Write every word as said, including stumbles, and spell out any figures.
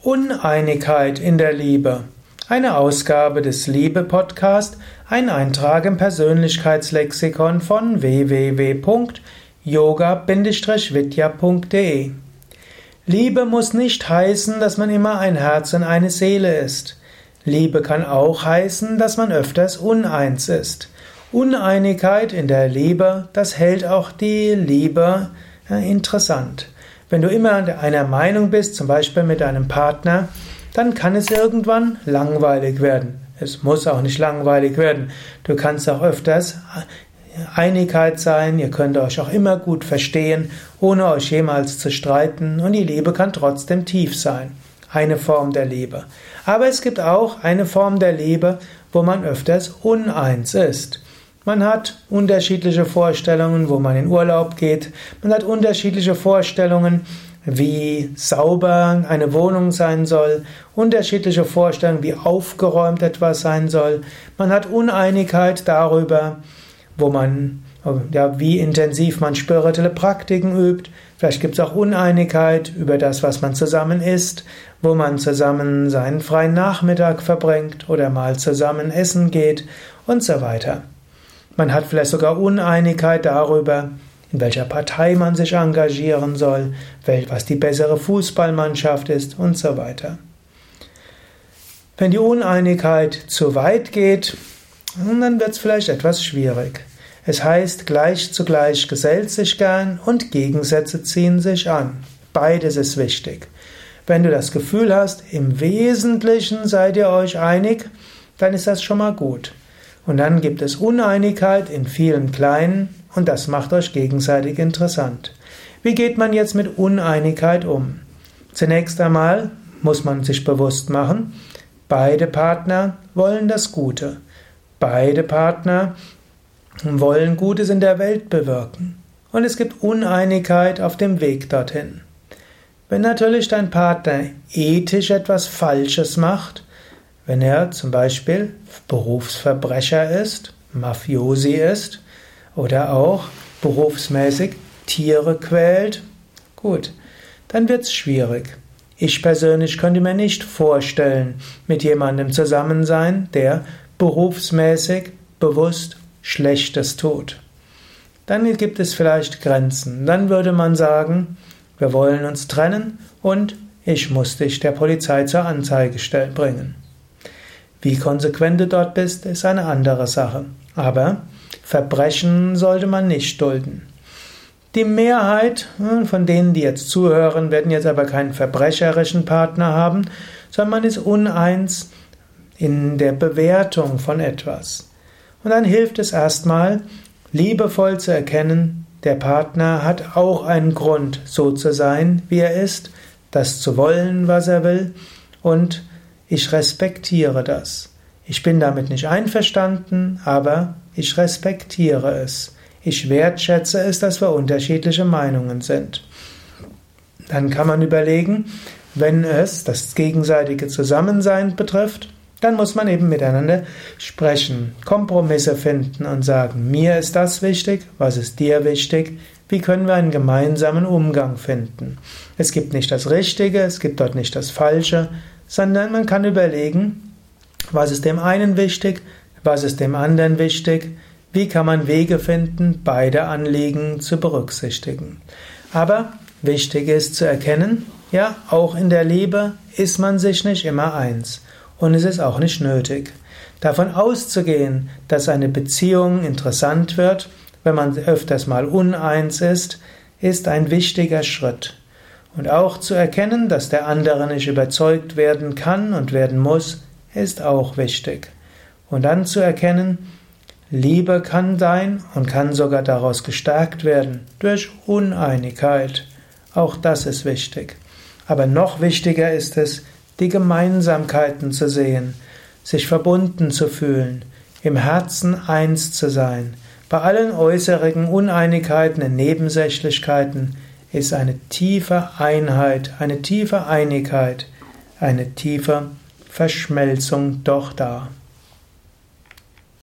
Uneinigkeit in der Liebe. Eine Ausgabe des Liebe-Podcast, ein Eintrag im Persönlichkeitslexikon von w w w punkt yoga vidya punkt de. Liebe muss nicht heißen, dass man immer ein Herz und eine Seele ist. Liebe kann auch heißen, dass man öfters uneins ist. Uneinigkeit in der Liebe, das hält auch die Liebe ja, interessant. Wenn du immer einer Meinung bist, zum Beispiel mit deinem Partner, dann kann es irgendwann langweilig werden. Es muss auch nicht langweilig werden. Du kannst auch öfters Einigkeit sein, ihr könnt euch auch immer gut verstehen, ohne euch jemals zu streiten, und die Liebe kann trotzdem tief sein. Eine Form der Liebe. Aber es gibt auch eine Form der Liebe, wo man öfters uneins ist. Man hat unterschiedliche Vorstellungen, wo man in Urlaub geht. Man hat unterschiedliche Vorstellungen, wie sauber eine Wohnung sein soll. Unterschiedliche Vorstellungen, wie aufgeräumt etwas sein soll. Man hat Uneinigkeit darüber, wo man, ja, wie intensiv man spirituelle Praktiken übt. Vielleicht gibt es auch Uneinigkeit über das, was man zusammen isst, wo man zusammen seinen freien Nachmittag verbringt oder mal zusammen essen geht und so weiter. Man hat vielleicht sogar Uneinigkeit darüber, in welcher Partei man sich engagieren soll, was die bessere Fußballmannschaft ist und so weiter. Wenn die Uneinigkeit zu weit geht, dann wird es vielleicht etwas schwierig. Es heißt, gleich zu gleich gesellt sich gern und Gegensätze ziehen sich an. Beides ist wichtig. Wenn du das Gefühl hast, im Wesentlichen seid ihr euch einig, dann ist das schon mal gut. Und dann gibt es Uneinigkeit in vielen Kleinen und das macht euch gegenseitig interessant. Wie geht man jetzt mit Uneinigkeit um? Zunächst einmal muss man sich bewusst machen, beide Partner wollen das Gute. Beide Partner wollen Gutes in der Welt bewirken. Und es gibt Uneinigkeit auf dem Weg dorthin. Wenn natürlich dein Partner ethisch etwas Falsches macht, wenn er zum Beispiel Berufsverbrecher ist, Mafiosi ist oder auch berufsmäßig Tiere quält, gut, dann wird's schwierig. Ich persönlich könnte mir nicht vorstellen, mit jemandem zusammen sein, der berufsmäßig bewusst Schlechtes tut. Dann gibt es vielleicht Grenzen. Dann würde man sagen, wir wollen uns trennen und ich muss dich der Polizei zur Anzeige bringen. Wie konsequent du dort bist, ist eine andere Sache. Aber Verbrechen sollte man nicht dulden. Die Mehrheit von denen, die jetzt zuhören, werden jetzt aber keinen verbrecherischen Partner haben, sondern man ist uneins in der Bewertung von etwas. Und dann hilft es erstmal, liebevoll zu erkennen, der Partner hat auch einen Grund, so zu sein, wie er ist, das zu wollen, was er will, und ich respektiere das. Ich bin damit nicht einverstanden, aber ich respektiere es. Ich wertschätze es, dass wir unterschiedliche Meinungen sind. Dann kann man überlegen, wenn es das gegenseitige Zusammensein betrifft, dann muss man eben miteinander sprechen, Kompromisse finden und sagen, mir ist das wichtig, was ist dir wichtig, wie können wir einen gemeinsamen Umgang finden. Es gibt nicht das Richtige, es gibt dort nicht das Falsche, sondern man kann überlegen, was ist dem einen wichtig, was ist dem anderen wichtig, wie kann man Wege finden, beide Anliegen zu berücksichtigen. Aber wichtig ist zu erkennen, ja, auch in der Liebe ist man sich nicht immer eins und es ist auch nicht nötig. Davon auszugehen, dass eine Beziehung interessant wird, wenn man öfters mal uneins ist, ist ein wichtiger Schritt. Und auch zu erkennen, dass der andere nicht überzeugt werden kann und werden muss, ist auch wichtig. Und dann zu erkennen, Liebe kann sein und kann sogar daraus gestärkt werden durch Uneinigkeit. Auch das ist wichtig. Aber noch wichtiger ist es, die Gemeinsamkeiten zu sehen, sich verbunden zu fühlen, im Herzen eins zu sein. Bei allen äußeren Uneinigkeiten und Nebensächlichkeiten ist eine tiefe Einheit, eine tiefe Einigkeit, eine tiefe Verschmelzung doch da.